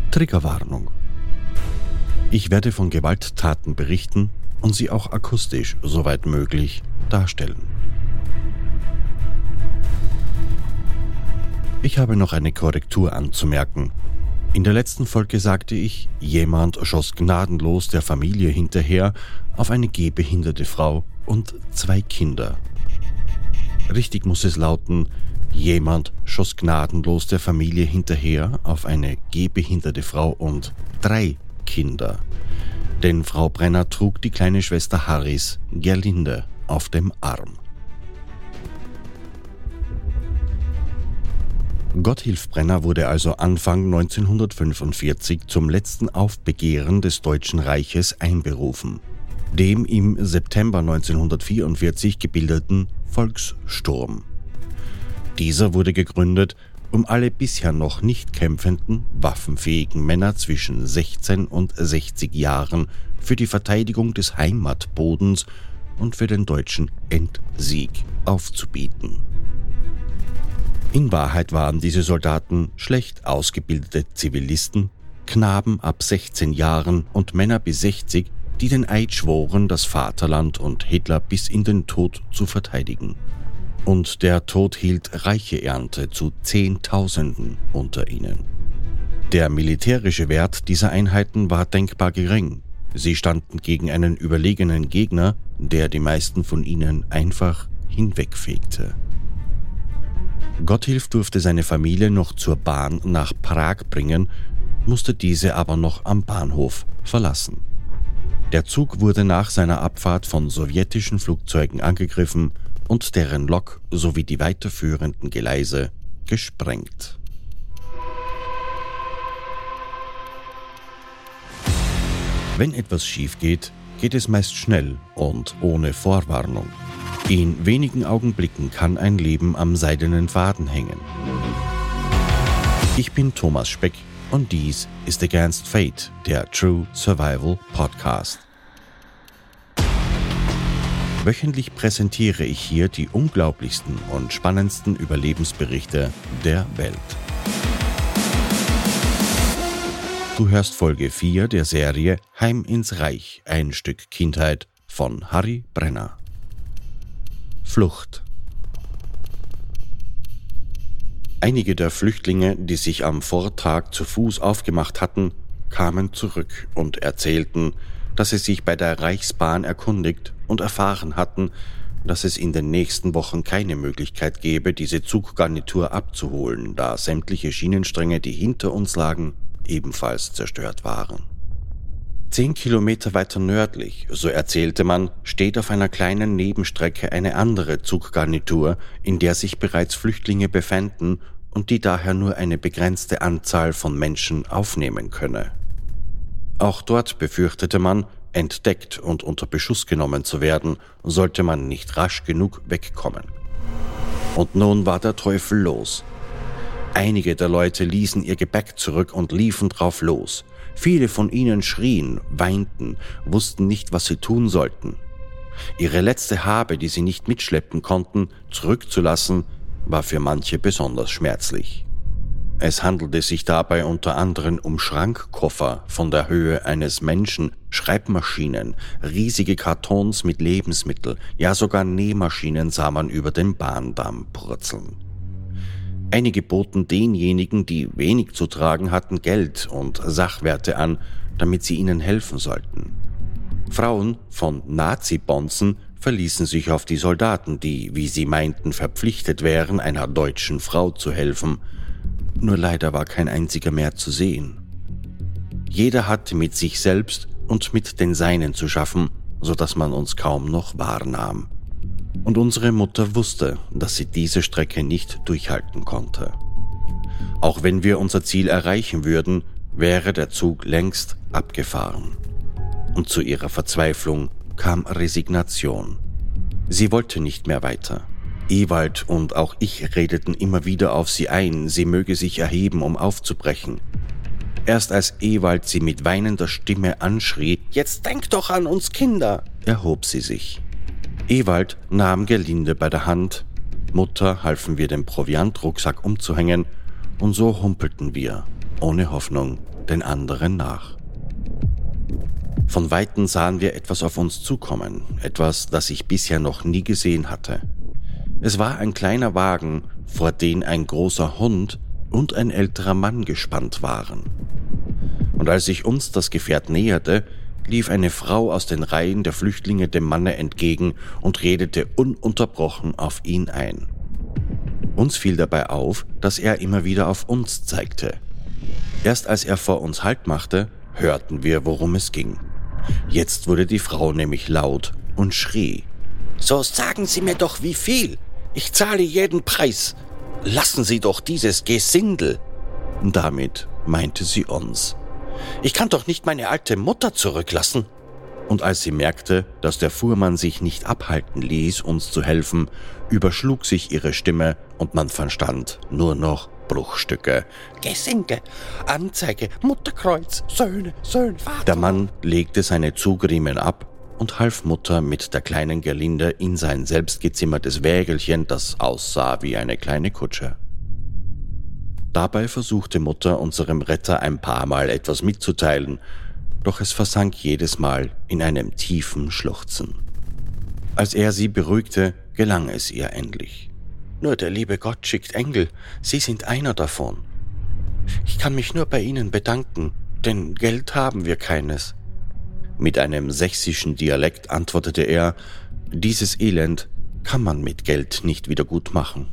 Triggerwarnung. Ich werde von Gewalttaten berichten und sie auch akustisch, soweit möglich, darstellen. Ich habe noch eine Korrektur anzumerken. In der letzten Folge sagte ich, jemand schoss gnadenlos der Familie hinterher auf eine gehbehinderte Frau und 2 Kinder. Richtig muss es lauten, jemand schoss gnadenlos der Familie hinterher auf eine gehbehinderte Frau und 3 Kinder. Denn Frau Brenner trug die kleine Schwester Harrys, Gerlinde, auf dem Arm. Gotthilf Brenner wurde also Anfang 1945 zum letzten Aufbegehren des Deutschen Reiches einberufen, dem im September 1944 gebildeten Volkssturm. Dieser wurde gegründet, um alle bisher noch nicht kämpfenden, waffenfähigen Männer zwischen 16 und 60 Jahren für die Verteidigung des Heimatbodens und für den deutschen Endsieg aufzubieten. In Wahrheit waren diese Soldaten schlecht ausgebildete Zivilisten, Knaben ab 16 Jahren und Männer bis 60, die den Eid schworen, das Vaterland und Hitler bis in den Tod zu verteidigen. Und der Tod hielt reiche Ernte zu Zehntausenden unter ihnen. Der militärische Wert dieser Einheiten war denkbar gering. Sie standen gegen einen überlegenen Gegner, der die meisten von ihnen einfach hinwegfegte. Gotthilf durfte seine Familie noch zur Bahn nach Prag bringen, musste diese aber noch am Bahnhof verlassen. Der Zug wurde nach seiner Abfahrt von sowjetischen Flugzeugen angegriffen und deren Lok sowie die weiterführenden Gleise gesprengt. Wenn etwas schief geht, geht es meist schnell und ohne Vorwarnung. In wenigen Augenblicken kann ein Leben am seidenen Faden hängen. Ich bin Thomas Speck und dies ist Against Fate, der True Survival Podcast. Wöchentlich präsentiere ich hier die unglaublichsten und spannendsten Überlebensberichte der Welt. Du hörst Folge 4 der Serie Heim ins Reich, ein Stück Kindheit von Harry Brenner. Flucht. Einige der Flüchtlinge, die sich am Vortag zu Fuß aufgemacht hatten, kamen zurück und erzählten, dass sie sich bei der Reichsbahn erkundigt und erfahren hatten, dass es in den nächsten Wochen keine Möglichkeit gäbe, diese Zuggarnitur abzuholen, da sämtliche Schienenstränge, die hinter uns lagen, ebenfalls zerstört waren. 10 Kilometer weiter nördlich, so erzählte man, steht auf einer kleinen Nebenstrecke eine andere Zuggarnitur, in der sich bereits Flüchtlinge befänden und die daher nur eine begrenzte Anzahl von Menschen aufnehmen könne. Auch dort befürchtete man, entdeckt und unter Beschuss genommen zu werden, sollte man nicht rasch genug wegkommen. Und nun war der Teufel los. Einige der Leute ließen ihr Gepäck zurück und liefen drauf los. Viele von ihnen schrien, weinten, wussten nicht, was sie tun sollten. Ihre letzte Habe, die sie nicht mitschleppen konnten, zurückzulassen, war für manche besonders schmerzlich. Es handelte sich dabei unter anderem um Schrankkoffer von der Höhe eines Menschen, Schreibmaschinen, riesige Kartons mit Lebensmitteln, ja sogar Nähmaschinen sah man über den Bahndamm purzeln. Einige boten denjenigen, die wenig zu tragen hatten, Geld und Sachwerte an, damit sie ihnen helfen sollten. Frauen von Nazi-Bonzen verließen sich auf die Soldaten, die, wie sie meinten, verpflichtet wären, einer deutschen Frau zu helfen. Nur leider war kein einziger mehr zu sehen. Jeder hatte mit sich selbst und mit den Seinen zu schaffen, so dass man uns kaum noch wahrnahm. Und unsere Mutter wusste, dass sie diese Strecke nicht durchhalten konnte. Auch wenn wir unser Ziel erreichen würden, wäre der Zug längst abgefahren. Und zu ihrer Verzweiflung kam Resignation. Sie wollte nicht mehr weiter. Ewald und auch ich redeten immer wieder auf sie ein, sie möge sich erheben, um aufzubrechen. Erst als Ewald sie mit weinender Stimme anschrie, »Jetzt denk doch an uns Kinder«, erhob sie sich. Ewald nahm Gerlinde bei der Hand, Mutter halfen wir den Proviantrucksack umzuhängen und so humpelten wir, ohne Hoffnung, den anderen nach. Von Weitem sahen wir etwas auf uns zukommen, etwas, das ich bisher noch nie gesehen hatte. Es war ein kleiner Wagen, vor den ein großer Hund und ein älterer Mann gespannt waren. Und als sich uns das Gefährt näherte, lief eine Frau aus den Reihen der Flüchtlinge dem Manne entgegen und redete ununterbrochen auf ihn ein. Uns fiel dabei auf, dass er immer wieder auf uns zeigte. Erst als er vor uns Halt machte, hörten wir, worum es ging. Jetzt wurde die Frau nämlich laut und schrie: »So sagen Sie mir doch, wie viel! Ich zahle jeden Preis! Lassen Sie doch dieses Gesindel!« Damit meinte sie uns. »Ich kann doch nicht meine alte Mutter zurücklassen!« Und als sie merkte, dass der Fuhrmann sich nicht abhalten ließ, uns zu helfen, überschlug sich ihre Stimme und man verstand nur noch Bruchstücke. »Gesindel, Anzeige, Mutterkreuz, Söhne, Vater!« Der Mann legte seine Zugriemen ab und half Mutter mit der kleinen Gerlinde in sein selbstgezimmertes Wägelchen, das aussah wie eine kleine Kutsche. Dabei versuchte Mutter unserem Retter ein paar Mal etwas mitzuteilen, doch es versank jedes Mal in einem tiefen Schluchzen. Als er sie beruhigte, gelang es ihr endlich. »Nur der liebe Gott schickt Engel, Sie sind einer davon. Ich kann mich nur bei Ihnen bedanken, denn Geld haben wir keines.« Mit einem sächsischen Dialekt antwortete er: »Dieses Elend kann man mit Geld nicht wieder gut machen.«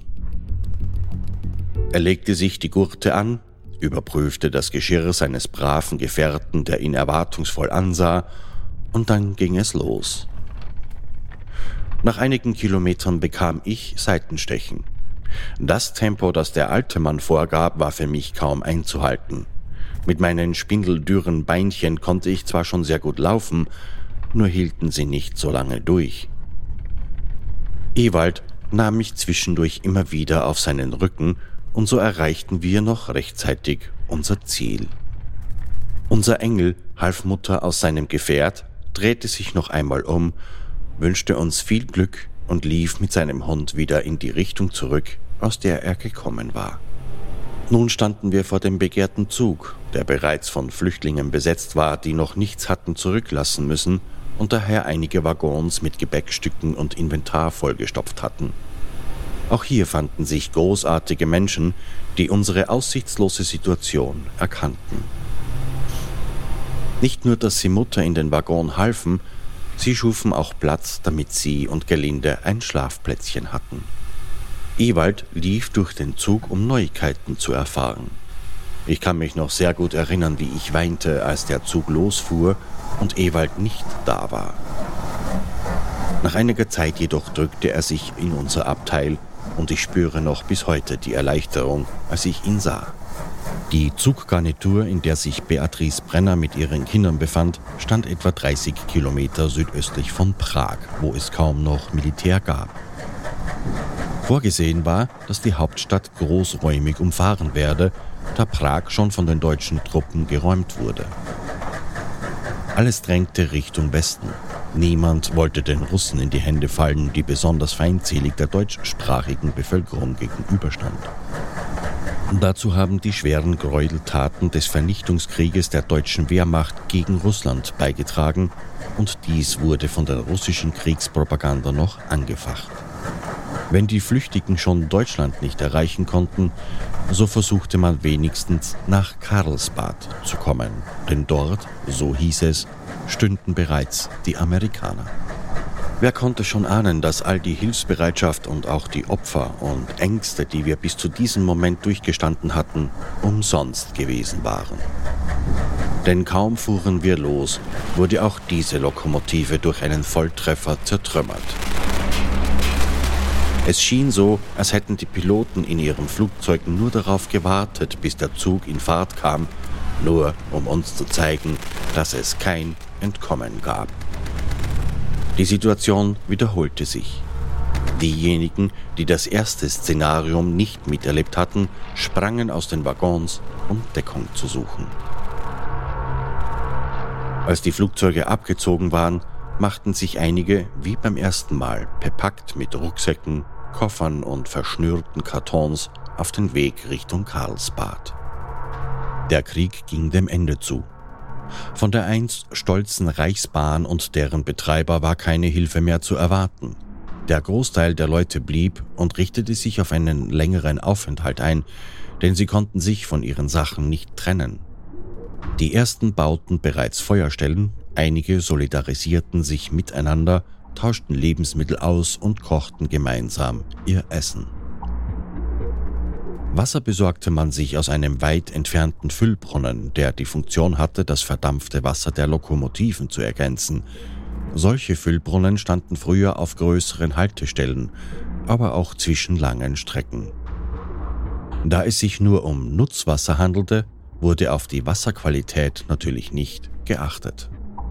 Er legte sich die Gurte an, überprüfte das Geschirr seines braven Gefährten, der ihn erwartungsvoll ansah, und dann ging es los. Nach einigen Kilometern bekam ich Seitenstechen. Das Tempo, das der alte Mann vorgab, war für mich kaum einzuhalten. Mit meinen spindeldürren Beinchen konnte ich zwar schon sehr gut laufen, nur hielten sie nicht so lange durch. Ewald nahm mich zwischendurch immer wieder auf seinen Rücken, und so erreichten wir noch rechtzeitig unser Ziel. Unser Engel half Mutter aus seinem Gefährt, drehte sich noch einmal um, wünschte uns viel Glück und lief mit seinem Hund wieder in die Richtung zurück, aus der er gekommen war. Nun standen wir vor dem begehrten Zug, der bereits von Flüchtlingen besetzt war, die noch nichts hatten zurücklassen müssen und daher einige Waggons mit Gepäckstücken und Inventar vollgestopft hatten. Auch hier fanden sich großartige Menschen, die unsere aussichtslose Situation erkannten. Nicht nur, dass sie Mutter in den Waggon halfen, sie schufen auch Platz, damit sie und Gerlinde ein Schlafplätzchen hatten. Ewald lief durch den Zug, um Neuigkeiten zu erfahren. Ich kann mich noch sehr gut erinnern, wie ich weinte, als der Zug losfuhr und Ewald nicht da war. Nach einiger Zeit jedoch drückte er sich in unser Abteil und ich spüre noch bis heute die Erleichterung, als ich ihn sah. Die Zuggarnitur, in der sich Beatrice Brenner mit ihren Kindern befand, stand etwa 30 Kilometer südöstlich von Prag, wo es kaum noch Militär gab. Vorgesehen war, dass die Hauptstadt großräumig umfahren werde, da Prag schon von den deutschen Truppen geräumt wurde. Alles drängte Richtung Westen. Niemand wollte den Russen in die Hände fallen, die besonders feindselig der deutschsprachigen Bevölkerung gegenüberstand. Dazu haben die schweren Gräueltaten des Vernichtungskrieges der deutschen Wehrmacht gegen Russland beigetragen und dies wurde von der russischen Kriegspropaganda noch angefacht. Wenn die Flüchtigen schon Deutschland nicht erreichen konnten, so versuchte man wenigstens nach Karlsbad zu kommen, denn dort, so hieß es, stünden bereits die Amerikaner. Wer konnte schon ahnen, dass all die Hilfsbereitschaft und auch die Opfer und Ängste, die wir bis zu diesem Moment durchgestanden hatten, umsonst gewesen waren. Denn kaum fuhren wir los, wurde auch diese Lokomotive durch einen Volltreffer zertrümmert. Es schien so, als hätten die Piloten in ihren Flugzeugen nur darauf gewartet, bis der Zug in Fahrt kam, nur um uns zu zeigen, dass es kein Entkommen gab. Die Situation wiederholte sich. Diejenigen, die das erste Szenarium nicht miterlebt hatten, sprangen aus den Waggons, um Deckung zu suchen. Als die Flugzeuge abgezogen waren, machten sich einige, wie beim ersten Mal, bepackt mit Rucksäcken, Koffern und verschnürten Kartons, auf den Weg Richtung Karlsbad. Der Krieg ging dem Ende zu. Von der einst stolzen Reichsbahn und deren Betreiber war keine Hilfe mehr zu erwarten. Der Großteil der Leute blieb und richtete sich auf einen längeren Aufenthalt ein, denn sie konnten sich von ihren Sachen nicht trennen. Die ersten bauten bereits Feuerstellen, einige solidarisierten sich miteinander, tauschten Lebensmittel aus und kochten gemeinsam ihr Essen. Wasser besorgte man sich aus einem weit entfernten Füllbrunnen, der die Funktion hatte, das verdampfte Wasser der Lokomotiven zu ergänzen. Solche Füllbrunnen standen früher auf größeren Haltestellen, aber auch zwischen langen Strecken. Da es sich nur um Nutzwasser handelte, wurde auf die Wasserqualität natürlich nicht geachtet.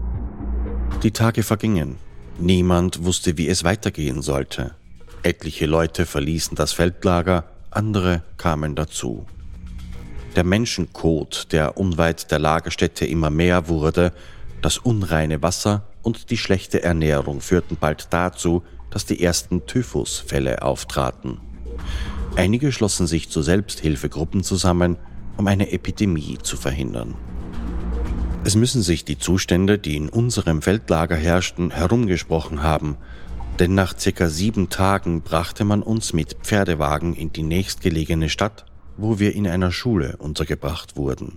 Die Tage vergingen. Niemand wusste, wie es weitergehen sollte. Etliche Leute verließen das Feldlager, andere kamen dazu. Der Menschenkot, der unweit der Lagerstätte immer mehr wurde, das unreine Wasser und die schlechte Ernährung führten bald dazu, dass die ersten Typhusfälle auftraten. Einige schlossen sich zu Selbsthilfegruppen zusammen, um eine Epidemie zu verhindern. Es müssen sich die Zustände, die in unserem Feldlager herrschten, herumgesprochen haben, denn nach ca. 7 Tagen brachte man uns mit Pferdewagen in die nächstgelegene Stadt, wo wir in einer Schule untergebracht wurden.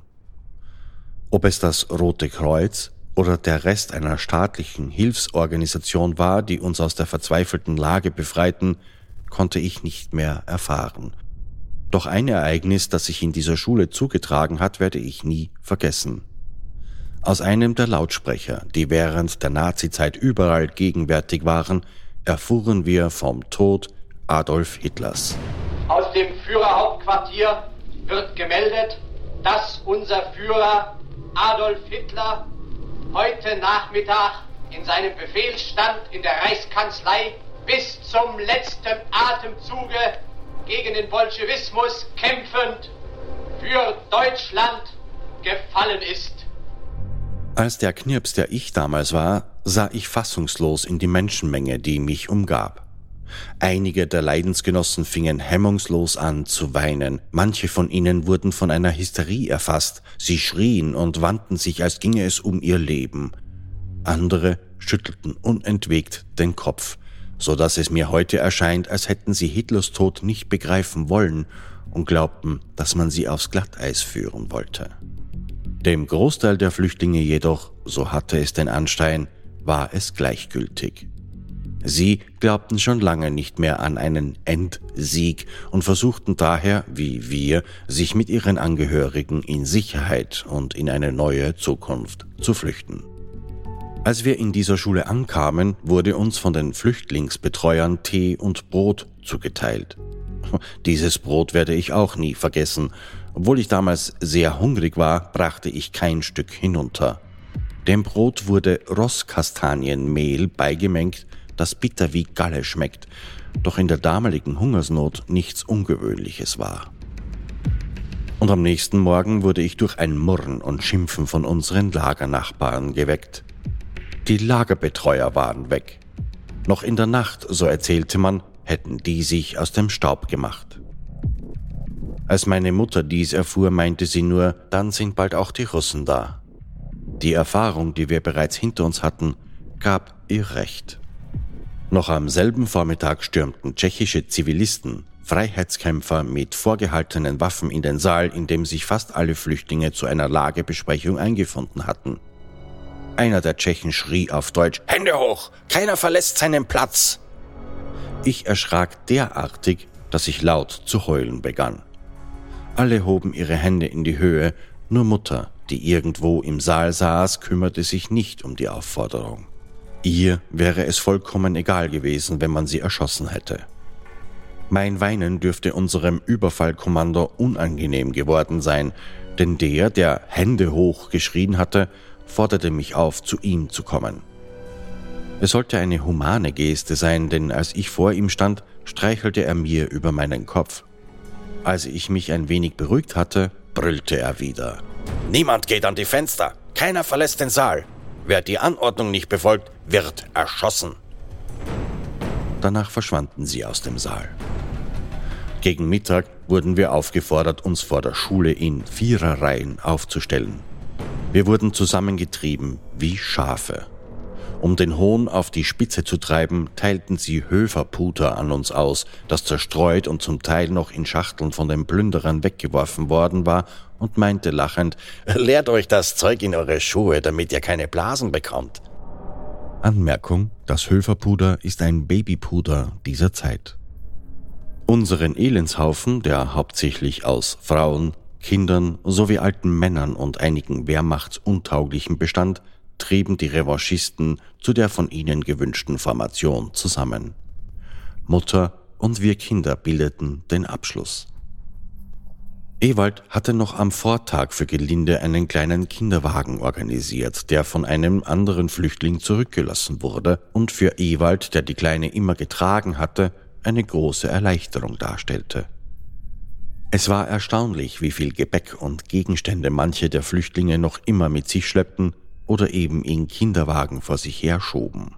Ob es das Rote Kreuz oder der Rest einer staatlichen Hilfsorganisation war, die uns aus der verzweifelten Lage befreiten, konnte ich nicht mehr erfahren. Doch ein Ereignis, das sich in dieser Schule zugetragen hat, werde ich nie vergessen. Aus einem der Lautsprecher, die während der Nazizeit überall gegenwärtig waren, erfuhren wir vom Tod Adolf Hitlers. Aus dem Führerhauptquartier wird gemeldet, dass unser Führer Adolf Hitler heute Nachmittag in seinem Befehlsstand in der Reichskanzlei bis zum letzten Atemzuge gegen den Bolschewismus kämpfend für Deutschland gefallen ist. Als der Knirps, der ich damals war, sah ich fassungslos in die Menschenmenge, die mich umgab. Einige der Leidensgenossen fingen hemmungslos an zu weinen. Manche von ihnen wurden von einer Hysterie erfasst. Sie schrien und wandten sich, als ginge es um ihr Leben. Andere schüttelten unentwegt den Kopf, so dass es mir heute erscheint, als hätten sie Hitlers Tod nicht begreifen wollen und glaubten, dass man sie aufs Glatteis führen wollte. Dem Großteil der Flüchtlinge jedoch, so hatte es den Anschein, war es gleichgültig. Sie glaubten schon lange nicht mehr an einen Endsieg und versuchten daher, wie wir, sich mit ihren Angehörigen in Sicherheit und in eine neue Zukunft zu flüchten. Als wir in dieser Schule ankamen, wurde uns von den Flüchtlingsbetreuern Tee und Brot zugeteilt. Dieses Brot werde ich auch nie vergessen. Obwohl ich damals sehr hungrig war, brachte ich kein Stück hinunter. Dem Brot wurde Rosskastanienmehl beigemengt, das bitter wie Galle schmeckt, doch in der damaligen Hungersnot nichts Ungewöhnliches war. Und am nächsten Morgen wurde ich durch ein Murren und Schimpfen von unseren Lagernachbarn geweckt. Die Lagerbetreuer waren weg. Noch in der Nacht, so erzählte man, hätten die sich aus dem Staub gemacht. Als meine Mutter dies erfuhr, meinte sie nur, dann sind bald auch die Russen da. Die Erfahrung, die wir bereits hinter uns hatten, gab ihr recht. Noch am selben Vormittag stürmten tschechische Zivilisten, Freiheitskämpfer mit vorgehaltenen Waffen in den Saal, in dem sich fast alle Flüchtlinge zu einer Lagebesprechung eingefunden hatten. Einer der Tschechen schrie auf Deutsch: »Hände hoch! Keiner verlässt seinen Platz!« Ich erschrak derartig, dass ich laut zu heulen begann. Alle hoben ihre Hände in die Höhe, nur Mutter, die irgendwo im Saal saß, kümmerte sich nicht um die Aufforderung. Ihr wäre es vollkommen egal gewesen, wenn man sie erschossen hätte. Mein Weinen dürfte unserem Überfallkommando unangenehm geworden sein, denn der Hände hoch geschrien hatte, forderte mich auf, zu ihm zu kommen. Es sollte eine humane Geste sein, denn als ich vor ihm stand, streichelte er mir über meinen Kopf. Als ich mich ein wenig beruhigt hatte, brüllte er wieder: »Niemand geht an die Fenster! Keiner verlässt den Saal! Wer die Anordnung nicht befolgt, wird erschossen!« Danach verschwanden sie aus dem Saal. Gegen Mittag wurden wir aufgefordert, uns vor der Schule in Viererreihen aufzustellen. Wir wurden zusammengetrieben wie Schafe. Um den Hohn auf die Spitze zu treiben, teilten sie Höferputer an uns aus, das zerstreut und zum Teil noch in Schachteln von den Plünderern weggeworfen worden war, und meinte lachend: »Leert euch das Zeug in eure Schuhe, damit ihr keine Blasen bekommt.« Anmerkung: Das Höferpuder ist ein Babypuder dieser Zeit. Unseren Elendshaufen, der hauptsächlich aus Frauen, Kindern sowie alten Männern und einigen Wehrmachtsuntauglichen bestand, trieben die Revanchisten zu der von ihnen gewünschten Formation zusammen. Mutter und wir Kinder bildeten den Abschluss. Ewald hatte noch am Vortag für Gelinde einen kleinen Kinderwagen organisiert, der von einem anderen Flüchtling zurückgelassen wurde und für Ewald, der die Kleine immer getragen hatte, eine große Erleichterung darstellte. Es war erstaunlich, wie viel Gepäck und Gegenstände manche der Flüchtlinge noch immer mit sich schleppten oder eben in Kinderwagen vor sich herschoben.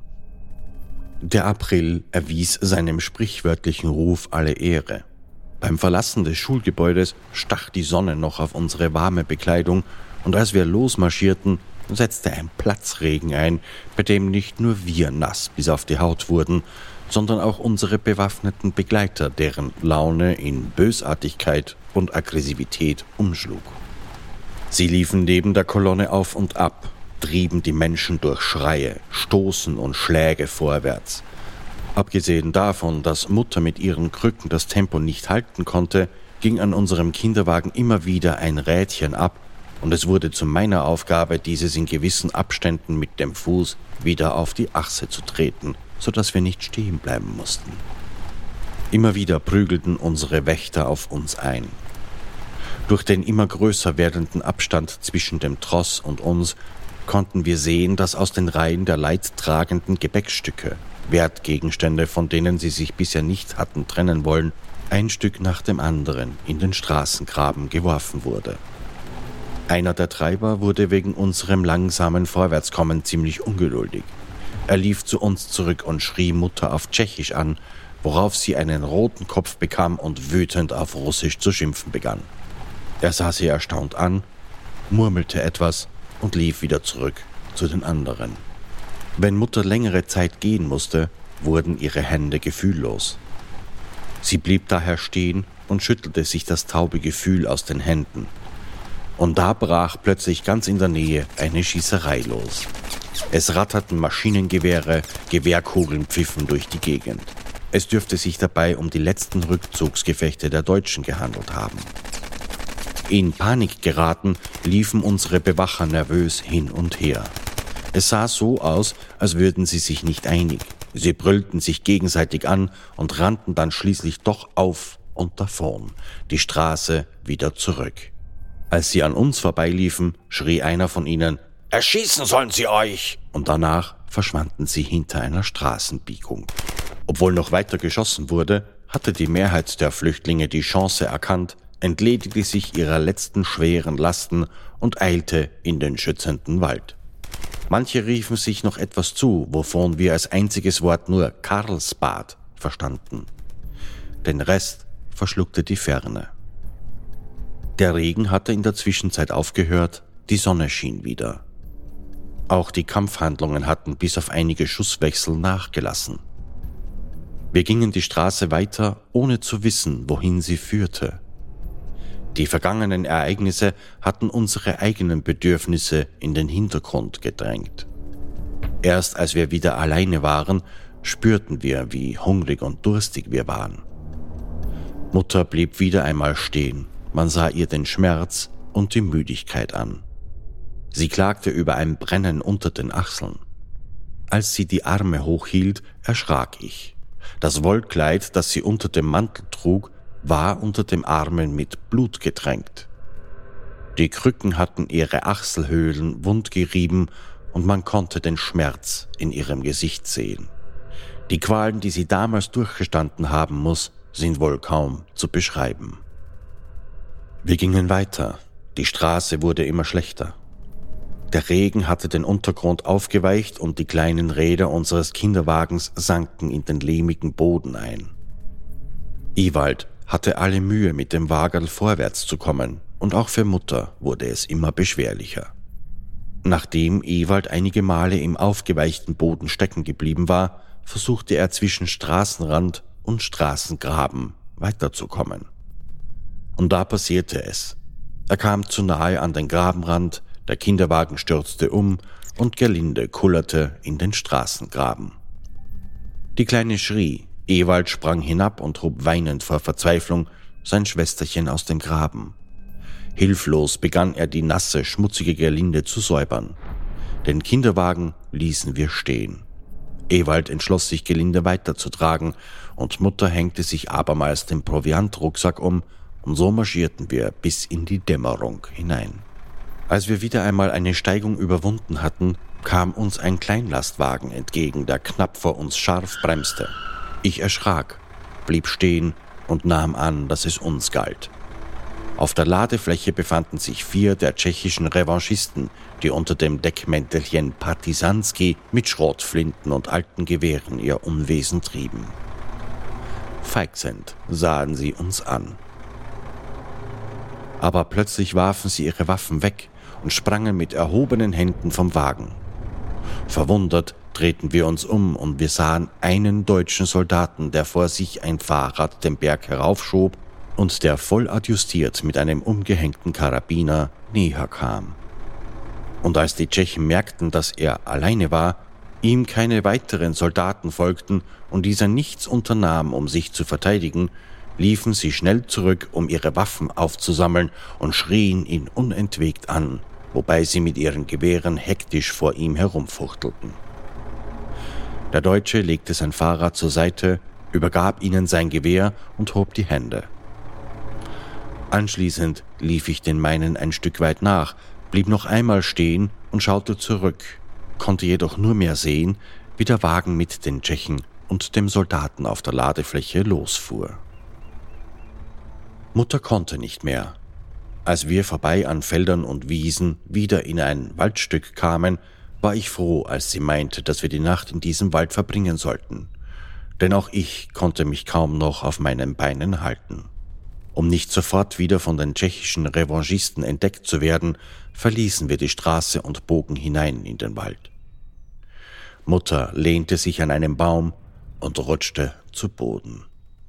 Der April erwies seinem sprichwörtlichen Ruf alle Ehre. Beim Verlassen des Schulgebäudes stach die Sonne noch auf unsere warme Bekleidung, und als wir losmarschierten, setzte ein Platzregen ein, bei dem nicht nur wir nass bis auf die Haut wurden, sondern auch unsere bewaffneten Begleiter, deren Laune in Bösartigkeit und Aggressivität umschlug. Sie liefen neben der Kolonne auf und ab, trieben die Menschen durch Schreie, Stoßen und Schläge vorwärts. Abgesehen davon, dass Mutter mit ihren Krücken das Tempo nicht halten konnte, ging an unserem Kinderwagen immer wieder ein Rädchen ab, und es wurde zu meiner Aufgabe, dieses in gewissen Abständen mit dem Fuß wieder auf die Achse zu treten, sodass wir nicht stehen bleiben mussten. Immer wieder prügelten unsere Wächter auf uns ein. Durch den immer größer werdenden Abstand zwischen dem Tross und uns konnten wir sehen, dass aus den Reihen der leidtragenden Gepäckstücke, Wertgegenstände, von denen sie sich bisher nicht hatten trennen wollen, ein Stück nach dem anderen in den Straßengraben geworfen wurde. Einer der Treiber wurde wegen unserem langsamen Vorwärtskommen ziemlich ungeduldig. Er lief zu uns zurück und schrie Mutter auf Tschechisch an, worauf sie einen roten Kopf bekam und wütend auf Russisch zu schimpfen begann. Er sah sie erstaunt an, murmelte etwas und lief wieder zurück zu den anderen. Wenn Mutter längere Zeit gehen musste, wurden ihre Hände gefühllos. Sie blieb daher stehen und schüttelte sich das taube Gefühl aus den Händen. Und da brach plötzlich ganz in der Nähe eine Schießerei los. Es ratterten Maschinengewehre, Gewehrkugeln pfiffen durch die Gegend. Es dürfte sich dabei um die letzten Rückzugsgefechte der Deutschen gehandelt haben. In Panik geraten, liefen unsere Bewacher nervös hin und her. Es sah so aus, als würden sie sich nicht einig. Sie brüllten sich gegenseitig an und rannten dann schließlich doch auf und davon, die Straße wieder zurück. Als sie an uns vorbeiliefen, schrie einer von ihnen: »Erschießen sollen sie euch!« Und danach verschwanden sie hinter einer Straßenbiegung. Obwohl noch weiter geschossen wurde, hatte die Mehrheit der Flüchtlinge die Chance erkannt, entledigte sich ihrer letzten schweren Lasten und eilte in den schützenden Wald. Manche riefen sich noch etwas zu, wovon wir als einziges Wort nur Karlsbad verstanden. Den Rest verschluckte die Ferne. Der Regen hatte in der Zwischenzeit aufgehört, die Sonne schien wieder. Auch die Kampfhandlungen hatten bis auf einige Schusswechsel nachgelassen. Wir gingen die Straße weiter, ohne zu wissen, wohin sie führte. Die vergangenen Ereignisse hatten unsere eigenen Bedürfnisse in den Hintergrund gedrängt. Erst als wir wieder alleine waren, spürten wir, wie hungrig und durstig wir waren. Mutter blieb wieder einmal stehen. Man sah ihr den Schmerz und die Müdigkeit an. Sie klagte über ein Brennen unter den Achseln. Als sie die Arme hochhielt, erschrak ich. Das Wollkleid, das sie unter dem Mantel trug, war unter dem Armen mit Blut getränkt. Die Krücken hatten ihre Achselhöhlen wundgerieben und man konnte den Schmerz in ihrem Gesicht sehen. Die Qualen, die sie damals durchgestanden haben muss, sind wohl kaum zu beschreiben. Wir gingen weiter. Die Straße wurde immer schlechter. Der Regen hatte den Untergrund aufgeweicht und die kleinen Räder unseres Kinderwagens sanken in den lehmigen Boden ein. Ewald hatte alle Mühe, mit dem Wagerl vorwärts zu kommen, und auch für Mutter wurde es immer beschwerlicher. Nachdem Ewald einige Male im aufgeweichten Boden stecken geblieben war, versuchte er zwischen Straßenrand und Straßengraben weiterzukommen. Und da passierte es. Er kam zu nahe an den Grabenrand, der Kinderwagen stürzte um und Gerlinde kullerte in den Straßengraben. Die Kleine schrie, Ewald sprang hinab und hob weinend vor Verzweiflung sein Schwesterchen aus dem Graben. Hilflos begann er, die nasse, schmutzige Gerlinde zu säubern. Den Kinderwagen ließen wir stehen. Ewald entschloss sich, Gerlinde weiterzutragen, und Mutter hängte sich abermals den Proviantrucksack um, und so marschierten wir bis in die Dämmerung hinein. Als wir wieder einmal eine Steigung überwunden hatten, kam uns ein Kleinlastwagen entgegen, der knapp vor uns scharf bremste. Ich erschrak, blieb stehen und nahm an, dass es uns galt. Auf der Ladefläche befanden sich 4 der tschechischen Revanchisten, die unter dem Deckmäntelchen Partisanski mit Schrotflinten und alten Gewehren ihr Unwesen trieben. Feixend sahen sie uns an. Aber plötzlich warfen sie ihre Waffen weg und sprangen mit erhobenen Händen vom Wagen. Verwundert drehten wir uns um und wir sahen einen deutschen Soldaten, der vor sich ein Fahrrad den Berg heraufschob und der voll adjustiert mit einem umgehängten Karabiner näher kam. Und als die Tschechen merkten, dass er alleine war, ihm keine weiteren Soldaten folgten und dieser nichts unternahm, um sich zu verteidigen, liefen sie schnell zurück, um ihre Waffen aufzusammeln und schrien ihn unentwegt an, wobei sie mit ihren Gewehren hektisch vor ihm herumfuchtelten. Der Deutsche legte sein Fahrrad zur Seite, übergab ihnen sein Gewehr und hob die Hände. Anschließend lief ich den meinen ein Stück weit nach, blieb noch einmal stehen und schaute zurück, konnte jedoch nur mehr sehen, wie der Wagen mit den Tschechen und dem Soldaten auf der Ladefläche losfuhr. Mutter konnte nicht mehr. Als wir vorbei an Feldern und Wiesen wieder in ein Waldstück kamen, war ich froh, als sie meinte, dass wir die Nacht in diesem Wald verbringen sollten. Denn auch ich konnte mich kaum noch auf meinen Beinen halten. Um nicht sofort wieder von den tschechischen Revanchisten entdeckt zu werden, verließen wir die Straße und bogen hinein in den Wald. Mutter lehnte sich an einem Baum und rutschte zu Boden.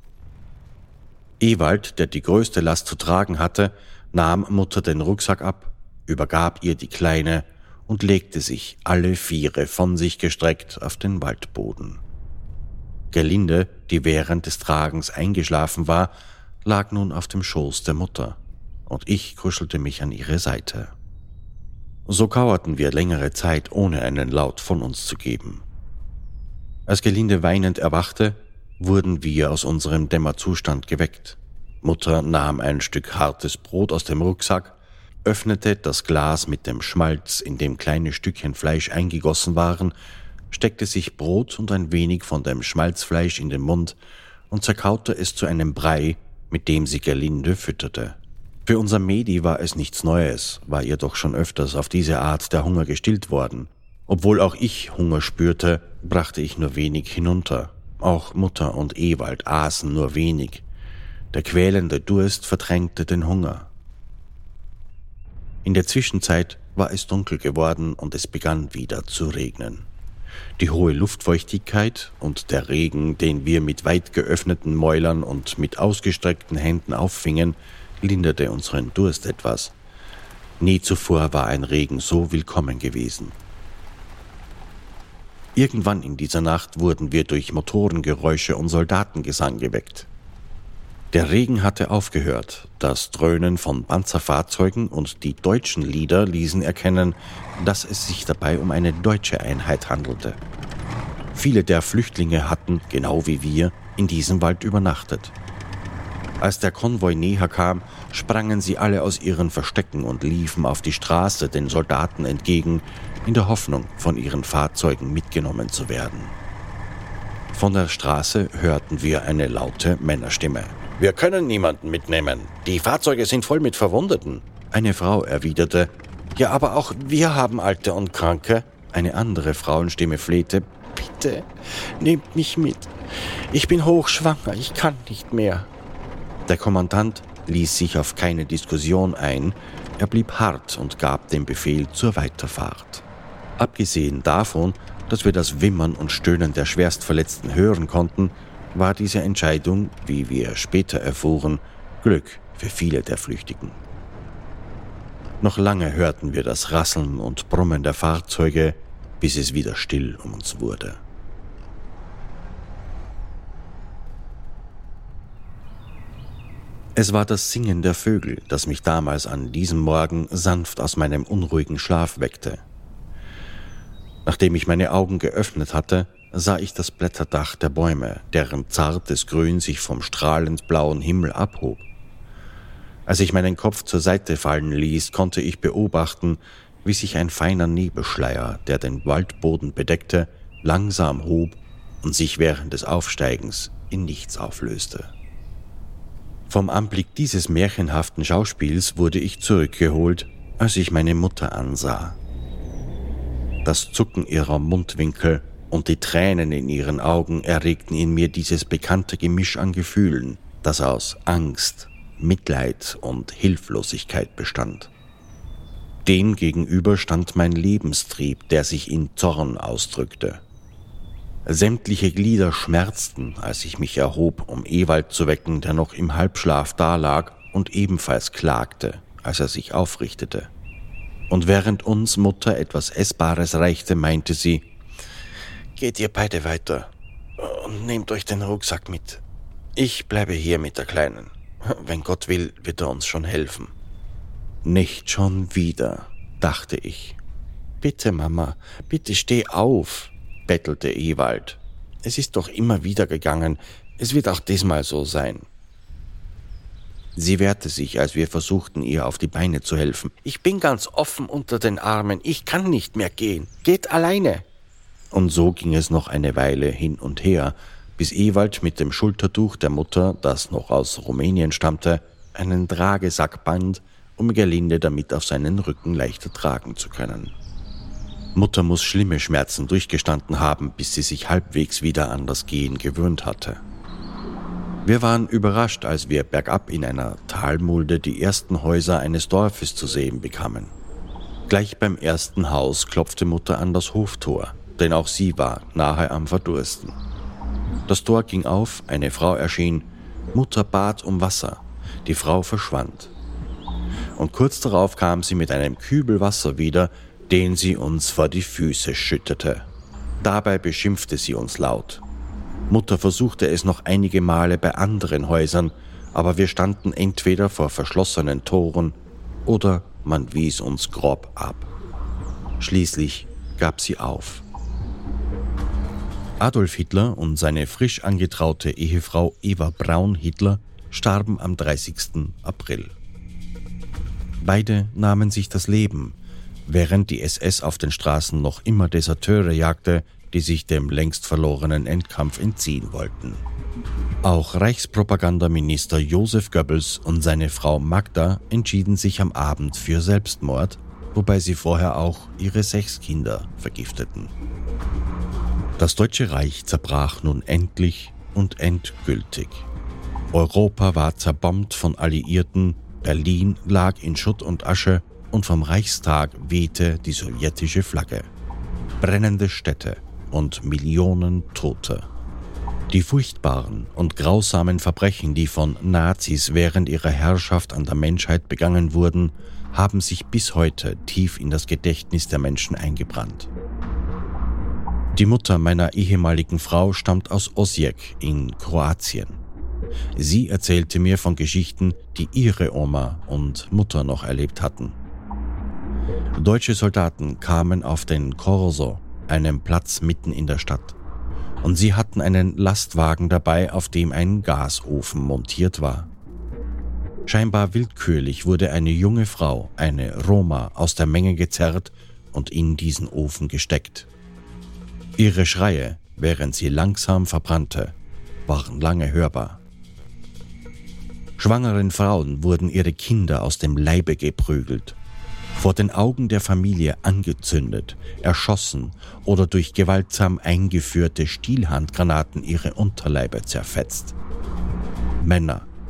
Ewald, der die größte Last zu tragen hatte, nahm Mutter den Rucksack ab, übergab ihr die Kleine und legte sich alle 4 von sich gestreckt auf den Waldboden. Gerlinde, die während des Tragens eingeschlafen war, lag nun auf dem Schoß der Mutter, und ich kuschelte mich an ihre Seite. So kauerten wir längere Zeit, ohne einen Laut von uns zu geben. Als Gerlinde weinend erwachte, wurden wir aus unserem Dämmerzustand geweckt. Mutter nahm ein Stück hartes Brot aus dem Rucksack, öffnete das Glas mit dem Schmalz, in dem kleine Stückchen Fleisch eingegossen waren, steckte sich Brot und ein wenig von dem Schmalzfleisch in den Mund und zerkaute es zu einem Brei, mit dem sie Gerlinde fütterte. Für unser Mädi war es nichts Neues, war ihr doch schon öfters auf diese Art der Hunger gestillt worden. Obwohl auch ich Hunger spürte, brachte ich nur wenig hinunter. Auch Mutter und Ewald aßen nur wenig. Der quälende Durst verdrängte den Hunger. In der Zwischenzeit war es dunkel geworden und es begann wieder zu regnen. Die hohe Luftfeuchtigkeit und der Regen, den wir mit weit geöffneten Mäulern und mit ausgestreckten Händen auffingen, linderte unseren Durst etwas. Nie zuvor war ein Regen so willkommen gewesen. Irgendwann in dieser Nacht wurden wir durch Motorengeräusche und Soldatengesang geweckt. Der Regen hatte aufgehört, das Dröhnen von Panzerfahrzeugen und die deutschen Lieder ließen erkennen, dass es sich dabei um eine deutsche Einheit handelte. Viele der Flüchtlinge hatten, genau wie wir, in diesem Wald übernachtet. Als der Konvoi näher kam, sprangen sie alle aus ihren Verstecken und liefen auf die Straße den Soldaten entgegen, in der Hoffnung, von ihren Fahrzeugen mitgenommen zu werden. Von der Straße hörten wir eine laute Männerstimme. »Wir können niemanden mitnehmen. Die Fahrzeuge sind voll mit Verwundeten.« Eine Frau erwiderte, »Ja, aber auch wir haben Alte und Kranke.« Eine andere Frauenstimme flehte, »Bitte, nehmt mich mit. Ich bin hochschwanger, ich kann nicht mehr.« Der Kommandant ließ sich auf keine Diskussion ein, er blieb hart und gab den Befehl zur Weiterfahrt. Abgesehen davon, dass wir das Wimmern und Stöhnen der Schwerstverletzten hören konnten, war diese Entscheidung, wie wir später erfuhren, Glück für viele der Flüchtigen. Noch lange hörten wir das Rasseln und Brummen der Fahrzeuge, bis es wieder still um uns wurde. Es war das Singen der Vögel, das mich damals an diesem Morgen sanft aus meinem unruhigen Schlaf weckte. Nachdem ich meine Augen geöffnet hatte, sah ich das Blätterdach der Bäume, deren zartes Grün sich vom strahlend blauen Himmel abhob. Als ich meinen Kopf zur Seite fallen ließ, konnte ich beobachten, wie sich ein feiner Nebelschleier, der den Waldboden bedeckte, langsam hob und sich während des Aufsteigens in nichts auflöste. Vom Anblick dieses märchenhaften Schauspiels wurde ich zurückgeholt, als ich meine Mutter ansah. Das Zucken ihrer Mundwinkel und die Tränen in ihren Augen erregten in mir dieses bekannte Gemisch an Gefühlen, das aus Angst, Mitleid und Hilflosigkeit bestand. Dem gegenüber stand mein Lebenstrieb, der sich in Zorn ausdrückte. Sämtliche Glieder schmerzten, als ich mich erhob, um Ewald zu wecken, der noch im Halbschlaf dalag und ebenfalls klagte, als er sich aufrichtete. Und während uns Mutter etwas Essbares reichte, meinte sie: »Geht ihr beide weiter und nehmt euch den Rucksack mit. Ich bleibe hier mit der Kleinen. Wenn Gott will, wird er uns schon helfen.« »Nicht schon wieder«, dachte ich. »Bitte, Mama, bitte steh auf«, bettelte Ewald. »Es ist doch immer wieder gegangen. Es wird auch diesmal so sein.« Sie wehrte sich, als wir versuchten, ihr auf die Beine zu helfen. »Ich bin ganz offen unter den Armen. Ich kann nicht mehr gehen. Geht alleine.« Und so ging es noch eine Weile hin und her, bis Ewald mit dem Schultertuch der Mutter, das noch aus Rumänien stammte, einen Tragesack band, um Gerlinde damit auf seinen Rücken leichter tragen zu können. Mutter muss schlimme Schmerzen durchgestanden haben, bis sie sich halbwegs wieder an das Gehen gewöhnt hatte. Wir waren überrascht, als wir bergab in einer Talmulde die ersten Häuser eines Dorfes zu sehen bekamen. Gleich beim ersten Haus klopfte Mutter an das Hoftor, denn auch sie war nahe am Verdursten. Das Tor ging auf, eine Frau erschien, Mutter bat um Wasser, die Frau verschwand. Und kurz darauf kam sie mit einem Kübel Wasser wieder, den sie uns vor die Füße schüttete. Dabei beschimpfte sie uns laut. Mutter versuchte es noch einige Male bei anderen Häusern, aber wir standen entweder vor verschlossenen Toren oder man wies uns grob ab. Schließlich gab sie auf. Adolf Hitler und seine frisch angetraute Ehefrau Eva Braun-Hitler starben am 30. April. Beide nahmen sich das Leben, während die SS auf den Straßen noch immer Deserteure jagte, die sich dem längst verlorenen Endkampf entziehen wollten. Auch Reichspropagandaminister Josef Goebbels und seine Frau Magda entschieden sich am Abend für Selbstmord, wobei sie vorher auch ihre 6 Kinder vergifteten. Das Deutsche Reich zerbrach nun endlich und endgültig. Europa war zerbombt von Alliierten, Berlin lag in Schutt und Asche und vom Reichstag wehte die sowjetische Flagge. Brennende Städte und Millionen Tote. Die furchtbaren und grausamen Verbrechen, die von Nazis während ihrer Herrschaft an der Menschheit begangen wurden, haben sich bis heute tief in das Gedächtnis der Menschen eingebrannt. Die Mutter meiner ehemaligen Frau stammt aus Osijek in Kroatien. Sie erzählte mir von Geschichten, die ihre Oma und Mutter noch erlebt hatten. Deutsche Soldaten kamen auf den Korso, einem Platz mitten in der Stadt, und sie hatten einen Lastwagen dabei, auf dem ein Gasofen montiert war. Scheinbar willkürlich wurde eine junge Frau, eine Roma, aus der Menge gezerrt und in diesen Ofen gesteckt. Ihre Schreie, während sie langsam verbrannte, waren lange hörbar. Schwangeren Frauen wurden ihre Kinder aus dem Leibe geprügelt, vor den Augen der Familie angezündet, erschossen oder durch gewaltsam eingeführte Stielhandgranaten ihre Unterleibe zerfetzt. Männer,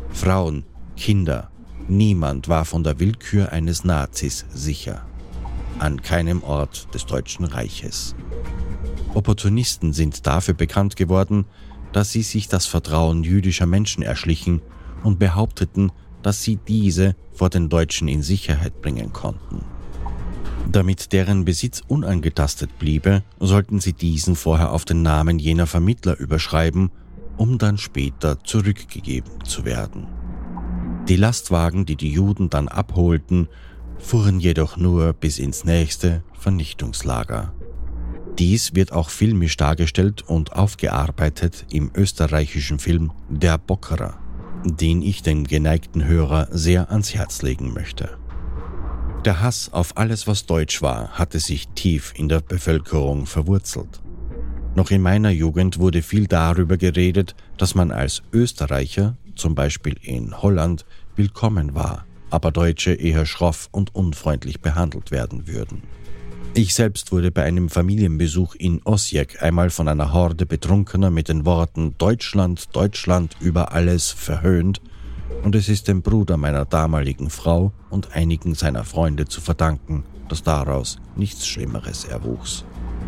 Frauen, Kinder, niemand war von der Willkür eines Nazis sicher. An keinem Ort des Deutschen Reiches. Opportunisten sind dafür bekannt geworden, dass sie sich das Vertrauen jüdischer Menschen erschlichen und behaupteten, dass sie diese vor den Deutschen in Sicherheit bringen konnten. Damit deren Besitz unangetastet bliebe, sollten sie diesen vorher auf den Namen jener Vermittler überschreiben, um dann später zurückgegeben zu werden. Die Lastwagen, die die Juden dann abholten, fuhren jedoch nur bis ins nächste Vernichtungslager. Dies wird auch filmisch dargestellt und aufgearbeitet im österreichischen Film Der Bockerer, den ich dem geneigten Hörer sehr ans Herz legen möchte. Der Hass auf alles, was deutsch war, hatte sich tief in der Bevölkerung verwurzelt. Noch in meiner Jugend wurde viel darüber geredet, dass man als Österreicher, zum Beispiel in Holland, willkommen war, aber Deutsche eher schroff und unfreundlich behandelt werden würden. Ich selbst wurde bei einem Familienbesuch in Osijek einmal von einer Horde Betrunkener mit den Worten »Deutschland, Deutschland über alles« verhöhnt, und es ist dem Bruder meiner damaligen Frau und einigen seiner Freunde zu verdanken, dass daraus nichts Schlimmeres erwuchs.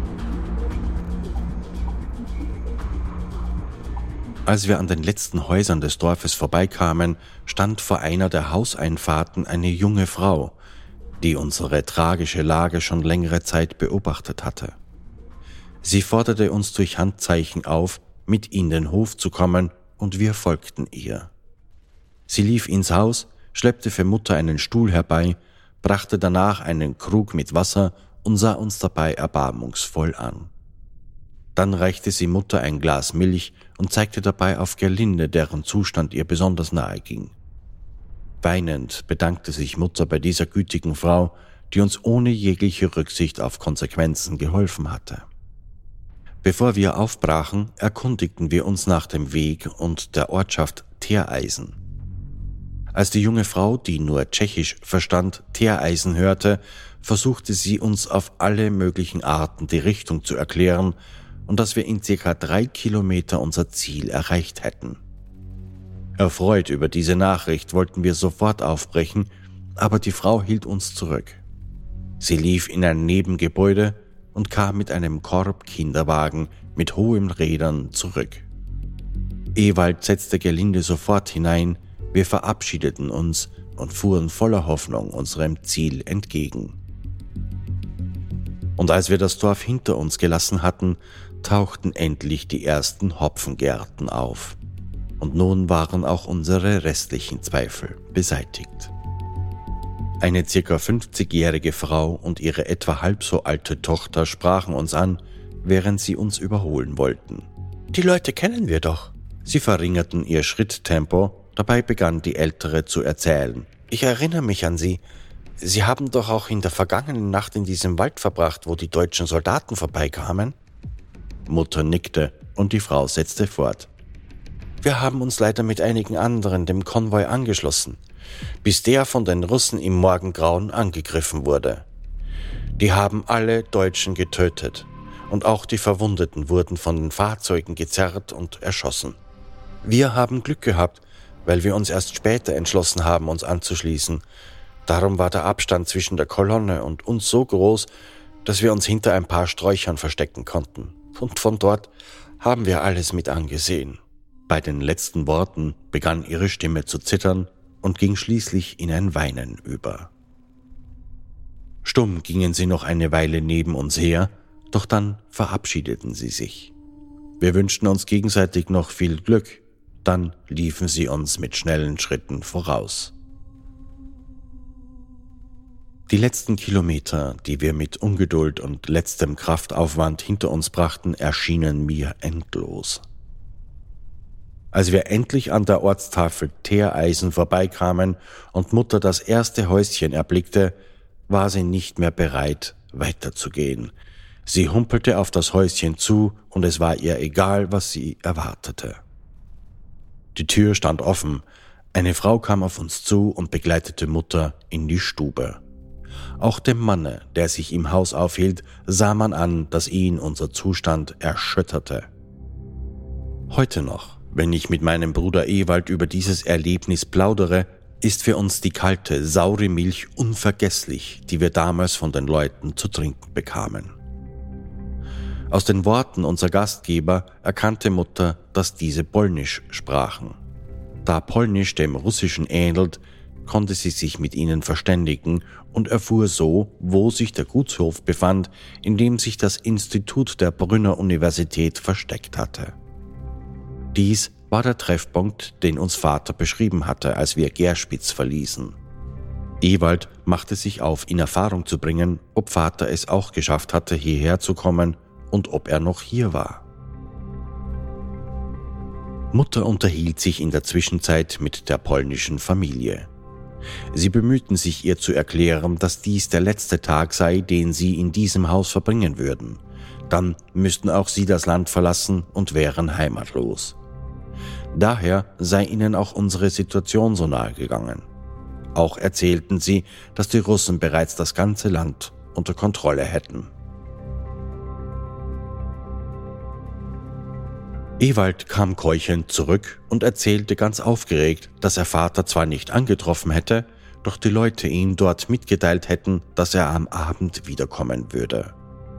Als wir an den letzten Häusern des Dorfes vorbeikamen, stand vor einer der Hauseinfahrten eine junge Frau, die unsere tragische Lage schon längere Zeit beobachtet hatte. Sie forderte uns durch Handzeichen auf, mit in den Hof zu kommen, und wir folgten ihr. Sie lief ins Haus, schleppte für Mutter einen Stuhl herbei, brachte danach einen Krug mit Wasser und sah uns dabei erbarmungsvoll an. Dann reichte sie Mutter ein Glas Milch und zeigte dabei auf Gerlinde, deren Zustand ihr besonders nahe ging. Weinend bedankte sich Mutter bei dieser gütigen Frau, die uns ohne jegliche Rücksicht auf Konsequenzen geholfen hatte. Bevor wir aufbrachen, erkundigten wir uns nach dem Weg und der Ortschaft Teereisen. Als die junge Frau, die nur Tschechisch verstand, Teereisen hörte, versuchte sie uns auf alle möglichen Arten die Richtung zu erklären und dass wir in ca. 3 Kilometer unser Ziel erreicht hätten. Erfreut über diese Nachricht wollten wir sofort aufbrechen, aber die Frau hielt uns zurück. Sie lief in ein Nebengebäude und kam mit einem Korb Kinderwagen mit hohen Rädern zurück. Ewald setzte Gerlinde sofort hinein, wir verabschiedeten uns und fuhren voller Hoffnung unserem Ziel entgegen. Und als wir das Dorf hinter uns gelassen hatten, tauchten endlich die ersten Hopfengärten auf. Und nun waren auch unsere restlichen Zweifel beseitigt. Eine ca. 50-jährige Frau und ihre etwa halb so alte Tochter sprachen uns an, während sie uns überholen wollten. »Die Leute kennen wir doch.« Sie verringerten ihr Schritttempo, dabei begann die Ältere zu erzählen. »Ich erinnere mich an Sie. Sie haben doch auch in der vergangenen Nacht in diesem Wald verbracht, wo die deutschen Soldaten vorbeikamen?« Mutter nickte und die Frau setzte fort. »Wir haben uns leider mit einigen anderen dem Konvoi angeschlossen, bis der von den Russen im Morgengrauen angegriffen wurde. Die haben alle Deutschen getötet und auch die Verwundeten wurden von den Fahrzeugen gezerrt und erschossen. Wir haben Glück gehabt, weil wir uns erst später entschlossen haben, uns anzuschließen. Darum war der Abstand zwischen der Kolonne und uns so groß, dass wir uns hinter ein paar Sträuchern verstecken konnten. Und von dort haben wir alles mit angesehen.« Bei den letzten Worten begann ihre Stimme zu zittern und ging schließlich in ein Weinen über. Stumm gingen sie noch eine Weile neben uns her, doch dann verabschiedeten sie sich. Wir wünschten uns gegenseitig noch viel Glück, dann liefen sie uns mit schnellen Schritten voraus. Die letzten Kilometer, die wir mit Ungeduld und letztem Kraftaufwand hinter uns brachten, erschienen mir endlos. Als wir endlich an der Ortstafel Teereisen vorbeikamen und Mutter das erste Häuschen erblickte, war sie nicht mehr bereit, weiterzugehen. Sie humpelte auf das Häuschen zu und es war ihr egal, was sie erwartete. Die Tür stand offen, eine Frau kam auf uns zu und begleitete Mutter in die Stube. Auch dem Manne, der sich im Haus aufhielt, sah man an, dass ihn unser Zustand erschütterte. Heute noch, Wenn ich mit meinem Bruder Ewald über dieses Erlebnis plaudere, ist für uns die kalte, saure Milch unvergesslich, die wir damals von den Leuten zu trinken bekamen. Aus den Worten unserer Gastgeber erkannte Mutter, dass diese Polnisch sprachen. Da Polnisch dem Russischen ähnelt, konnte sie sich mit ihnen verständigen und erfuhr so, wo sich der Gutshof befand, in dem sich das Institut der Brünner Universität versteckt hatte. Dies war der Treffpunkt, den uns Vater beschrieben hatte, als wir Gerspitz verließen. Ewald machte sich auf, in Erfahrung zu bringen, ob Vater es auch geschafft hatte, hierher zu kommen und ob er noch hier war. Mutter unterhielt sich in der Zwischenzeit mit der polnischen Familie. Sie bemühten sich, ihr zu erklären, dass dies der letzte Tag sei, den sie in diesem Haus verbringen würden. Dann müssten auch sie das Land verlassen und wären heimatlos. Daher sei ihnen auch unsere Situation so nahe gegangen. Auch erzählten sie, dass die Russen bereits das ganze Land unter Kontrolle hätten. Ewald kam keuchend zurück und erzählte ganz aufgeregt, dass er Vater zwar nicht angetroffen hätte, doch die Leute ihm dort mitgeteilt hätten, dass er am Abend wiederkommen würde.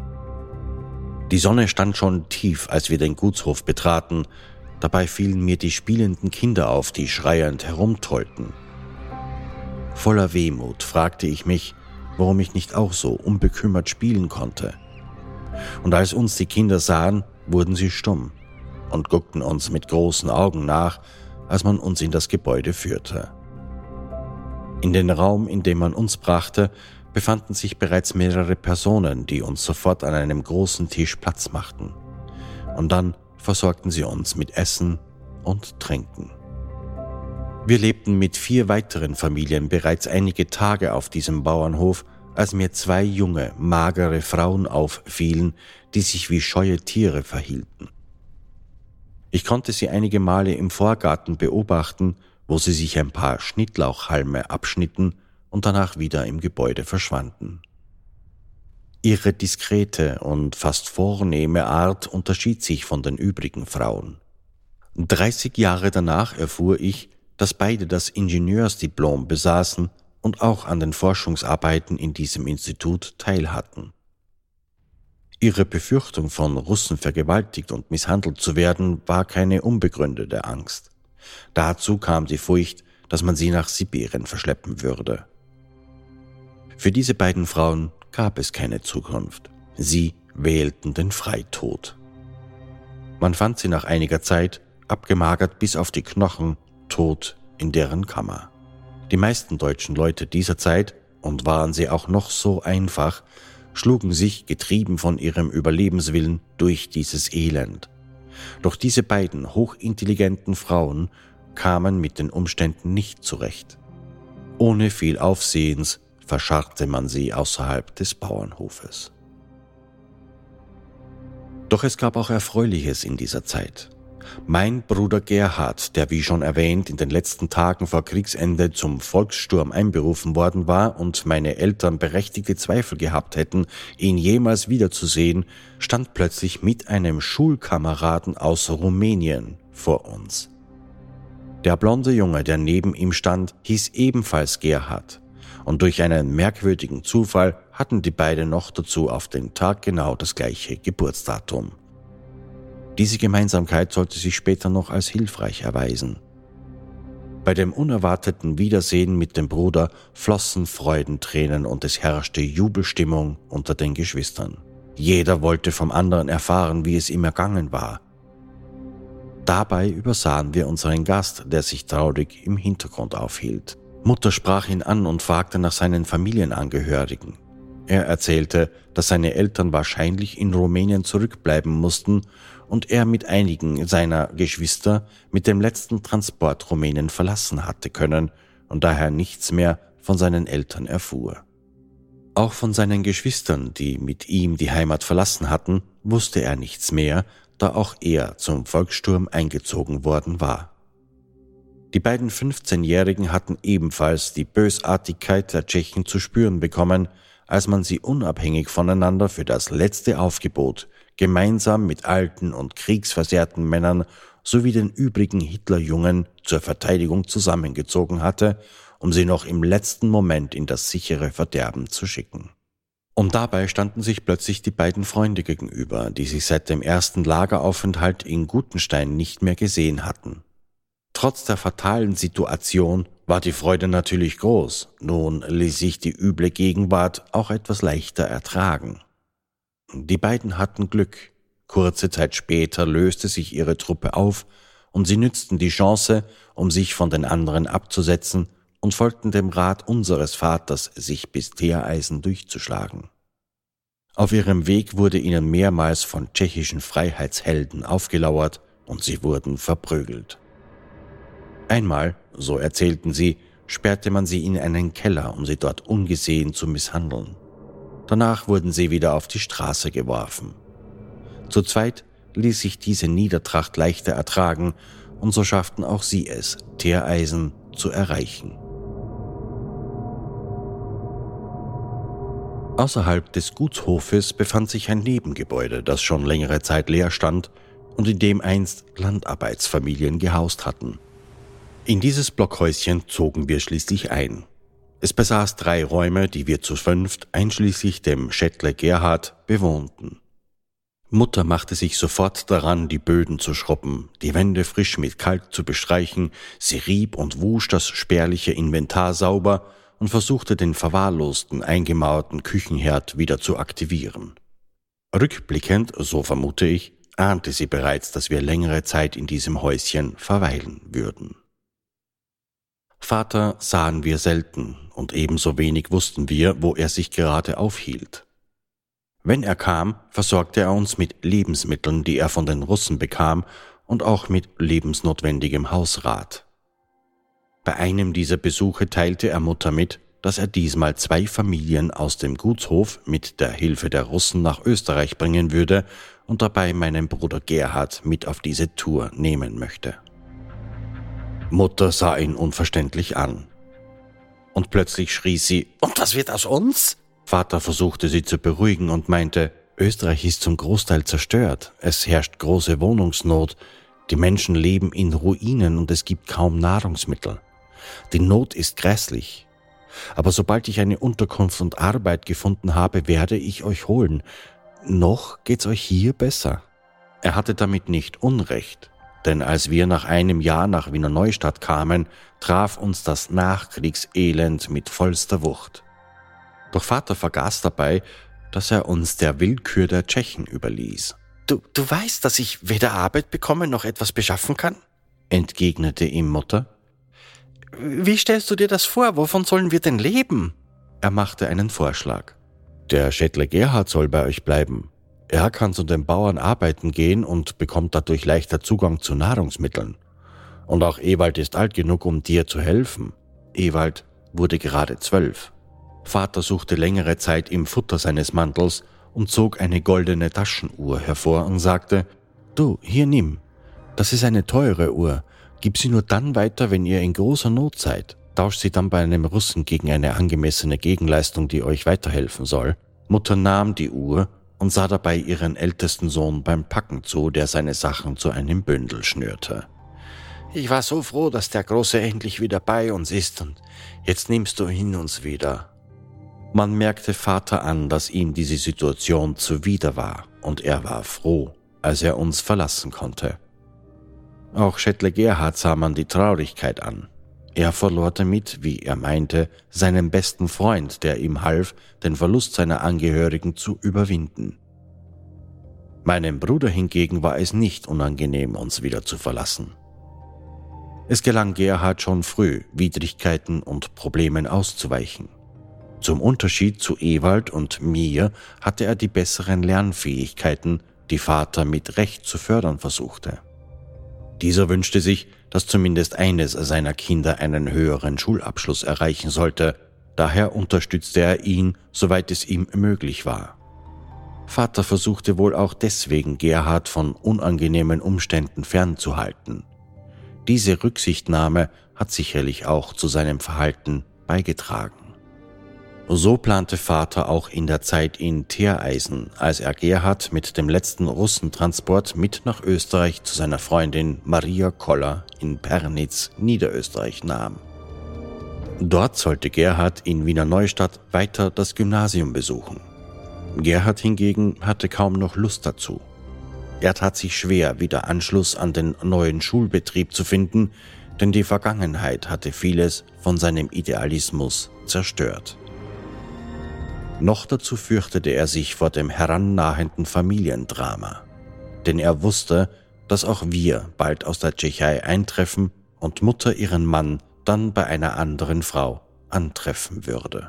Die Sonne stand schon tief, als wir den Gutshof betraten. Dabei fielen mir die spielenden Kinder auf, die schreiend herumtollten. Voller Wehmut fragte ich mich, warum ich nicht auch so unbekümmert spielen konnte. Und als uns die Kinder sahen, wurden sie stumm und guckten uns mit großen Augen nach, als man uns in das Gebäude führte. In den Raum, in dem man uns brachte, befanden sich bereits mehrere Personen, die uns sofort an einem großen Tisch Platz machten. Und dann versorgten sie uns mit Essen und Trinken. Wir lebten mit 4 weiteren Familien bereits einige Tage auf diesem Bauernhof, als mir 2 junge, magere Frauen auffielen, die sich wie scheue Tiere verhielten. Ich konnte sie einige Male im Vorgarten beobachten, wo sie sich ein paar Schnittlauchhalme abschnitten und danach wieder im Gebäude verschwanden. Ihre diskrete und fast vornehme Art unterschied sich von den übrigen Frauen. 30 Jahre danach erfuhr ich, dass beide das Ingenieursdiplom besaßen und auch an den Forschungsarbeiten in diesem Institut teilhatten. Ihre Befürchtung, von Russen vergewaltigt und misshandelt zu werden, war keine unbegründete Angst. Dazu kam die Furcht, dass man sie nach Sibirien verschleppen würde. Für diese beiden Frauen gab es keine Zukunft. Sie wählten den Freitod. Man fand sie nach einiger Zeit, abgemagert bis auf die Knochen, tot in deren Kammer. Die meisten deutschen Leute dieser Zeit, und waren sie auch noch so einfach, schlugen sich, getrieben von ihrem Überlebenswillen, durch dieses Elend. Doch diese beiden hochintelligenten Frauen kamen mit den Umständen nicht zurecht. Ohne viel Aufsehens verscharrte man sie außerhalb des Bauernhofes. Doch es gab auch Erfreuliches in dieser Zeit. Mein Bruder Gerhard, der wie schon erwähnt in den letzten Tagen vor Kriegsende zum Volkssturm einberufen worden war und meine Eltern berechtigte Zweifel gehabt hätten, ihn jemals wiederzusehen, stand plötzlich mit einem Schulkameraden aus Rumänien vor uns. Der blonde Junge, der neben ihm stand, hieß ebenfalls Gerhard, und durch einen merkwürdigen Zufall hatten die beiden noch dazu auf den Tag genau das gleiche Geburtsdatum. Diese Gemeinsamkeit sollte sich später noch als hilfreich erweisen. Bei dem unerwarteten Wiedersehen mit dem Bruder flossen Freudentränen und es herrschte Jubelstimmung unter den Geschwistern. Jeder wollte vom anderen erfahren, wie es ihm ergangen war. Dabei übersahen wir unseren Gast, der sich traurig im Hintergrund aufhielt. Mutter sprach ihn an und fragte nach seinen Familienangehörigen. Er erzählte, dass seine Eltern wahrscheinlich in Rumänien zurückbleiben mussten und er mit einigen seiner Geschwister mit dem letzten Transport Rumänien verlassen hatte können und daher nichts mehr von seinen Eltern erfuhr. Auch von seinen Geschwistern, die mit ihm die Heimat verlassen hatten, wusste er nichts mehr, da auch er zum Volkssturm eingezogen worden war. Die beiden 15-Jährigen hatten ebenfalls die Bösartigkeit der Tschechen zu spüren bekommen, als man sie unabhängig voneinander für das letzte Aufgebot gemeinsam mit alten und kriegsversehrten Männern sowie den übrigen Hitlerjungen zur Verteidigung zusammengezogen hatte, um sie noch im letzten Moment in das sichere Verderben zu schicken. Und dabei standen sich plötzlich die beiden Freunde gegenüber, die sich seit dem ersten Lageraufenthalt in Gutenstein nicht mehr gesehen hatten. Trotz der fatalen Situation war die Freude natürlich groß, nun ließ sich die üble Gegenwart auch etwas leichter ertragen. Die beiden hatten Glück. Kurze Zeit später löste sich ihre Truppe auf und sie nützten die Chance, um sich von den anderen abzusetzen und folgten dem Rat unseres Vaters, sich bis Teereisen durchzuschlagen. Auf ihrem Weg wurde ihnen mehrmals von tschechischen Freiheitshelden aufgelauert und sie wurden verprügelt. Einmal, so erzählten sie, sperrte man sie in einen Keller, um sie dort ungesehen zu misshandeln. Danach wurden sie wieder auf die Straße geworfen. Zu zweit ließ sich diese Niedertracht leichter ertragen und so schafften auch sie es, Teereisen zu erreichen. Außerhalb des Gutshofes befand sich ein Nebengebäude, das schon längere Zeit leer stand und in dem einst Landarbeitsfamilien gehaust hatten. In dieses Blockhäuschen zogen wir schließlich ein. Es besaß 3 Räume, die wir zu 5, einschließlich dem Schädtle Gerhard, bewohnten. Mutter machte sich sofort daran, die Böden zu schrubben, die Wände frisch mit Kalk zu bestreichen, sie rieb und wusch das spärliche Inventar sauber und versuchte den verwahrlosten, eingemauerten Küchenherd wieder zu aktivieren. Rückblickend, so vermute ich, ahnte sie bereits, dass wir längere Zeit in diesem Häuschen verweilen würden. Vater sahen wir selten und ebenso wenig wussten wir, wo er sich gerade aufhielt. Wenn er kam, versorgte er uns mit Lebensmitteln, die er von den Russen bekam, und auch mit lebensnotwendigem Hausrat. Bei einem dieser Besuche teilte er Mutter mit, dass er diesmal 2 Familien aus dem Gutshof mit der Hilfe der Russen nach Österreich bringen würde und dabei meinen Bruder Gerhard mit auf diese Tour nehmen möchte. Mutter sah ihn unverständlich an. Und plötzlich schrie sie, »Und was wird aus uns?« Vater versuchte sie zu beruhigen und meinte, »Österreich ist zum Großteil zerstört. Es herrscht große Wohnungsnot. Die Menschen leben in Ruinen und es gibt kaum Nahrungsmittel. Die Not ist grässlich. Aber sobald ich eine Unterkunft und Arbeit gefunden habe, werde ich euch holen. Noch geht's euch hier besser.« Er hatte damit nicht Unrecht. Denn als wir nach einem Jahr nach Wiener Neustadt kamen, traf uns das Nachkriegselend mit vollster Wucht. Doch Vater vergaß dabei, dass er uns der Willkür der Tschechen überließ. Du weißt, dass ich weder Arbeit bekomme noch etwas beschaffen kann?« entgegnete ihm Mutter. »Wie stellst du dir das vor? Wovon sollen wir denn leben?« Er machte einen Vorschlag. »Der Schädtle Gerhard soll bei euch bleiben. Er kann zu den Bauern arbeiten gehen und bekommt dadurch leichter Zugang zu Nahrungsmitteln. Und auch Ewald ist alt genug, um dir zu helfen.« Ewald wurde gerade 12. Vater suchte längere Zeit im Futter seines Mantels und zog eine goldene Taschenuhr hervor und sagte, »Du, hier nimm. Das ist eine teure Uhr. Gib sie nur dann weiter, wenn ihr in großer Not seid. Tauscht sie dann bei einem Russen gegen eine angemessene Gegenleistung, die euch weiterhelfen soll.« Mutter nahm die Uhr und sah dabei ihren ältesten Sohn beim Packen zu, der seine Sachen zu einem Bündel schnürte. »Ich war so froh, dass der Große endlich wieder bei uns ist und jetzt nimmst du ihn uns wieder.« Man merkte Vater an, dass ihm diese Situation zuwider war und er war froh, als er uns verlassen konnte. Auch Schädtle Gerhard sah man die Traurigkeit an. Er verlor damit, wie er meinte, seinen besten Freund, der ihm half, den Verlust seiner Angehörigen zu überwinden. Meinem Bruder hingegen war es nicht unangenehm, uns wieder zu verlassen. Es gelang Gerhard schon früh, Widrigkeiten und Problemen auszuweichen. Zum Unterschied zu Ewald und mir hatte er die besseren Lernfähigkeiten, die Vater mit Recht zu fördern versuchte. Dieser wünschte sich, dass zumindest eines seiner Kinder einen höheren Schulabschluss erreichen sollte. Daher unterstützte er ihn, soweit es ihm möglich war. Vater versuchte wohl auch deswegen, Gerhard von unangenehmen Umständen fernzuhalten. Diese Rücksichtnahme hat sicherlich auch zu seinem Verhalten beigetragen. So plante Vater auch in der Zeit in Teereisen, als er Gerhard mit dem letzten Russentransport mit nach Österreich zu seiner Freundin Maria Koller in Pernitz, Niederösterreich nahm. Dort sollte Gerhard in Wiener Neustadt weiter das Gymnasium besuchen. Gerhard hingegen hatte kaum noch Lust dazu. Er tat sich schwer, wieder Anschluss an den neuen Schulbetrieb zu finden, denn die Vergangenheit hatte vieles von seinem Idealismus zerstört. Noch dazu fürchtete er sich vor dem herannahenden Familiendrama, denn er wusste, dass auch wir bald aus der Tschechei eintreffen und Mutter ihren Mann dann bei einer anderen Frau antreffen würde.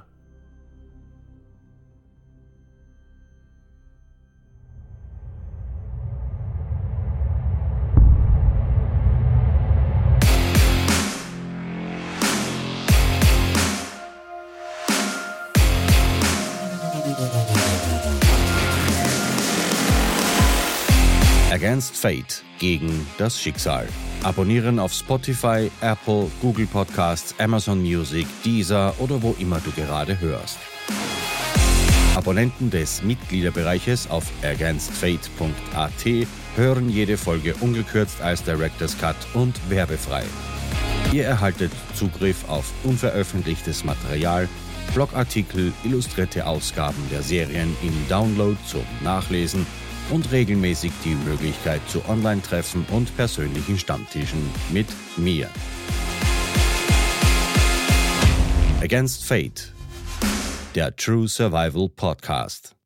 Against Fate, gegen das Schicksal. Abonnieren auf Spotify, Apple, Google Podcasts, Amazon Music, Deezer oder wo immer du gerade hörst. Abonnenten des Mitgliederbereiches auf againstfate.at hören jede Folge ungekürzt als Director's Cut und werbefrei. Ihr erhaltet Zugriff auf unveröffentlichtes Material, Blogartikel, illustrierte Ausgaben der Serien im Download zum Nachlesen und regelmäßig die Möglichkeit zu Online-Treffen und persönlichen Stammtischen mit mir. Against Fate, der True Survival Podcast.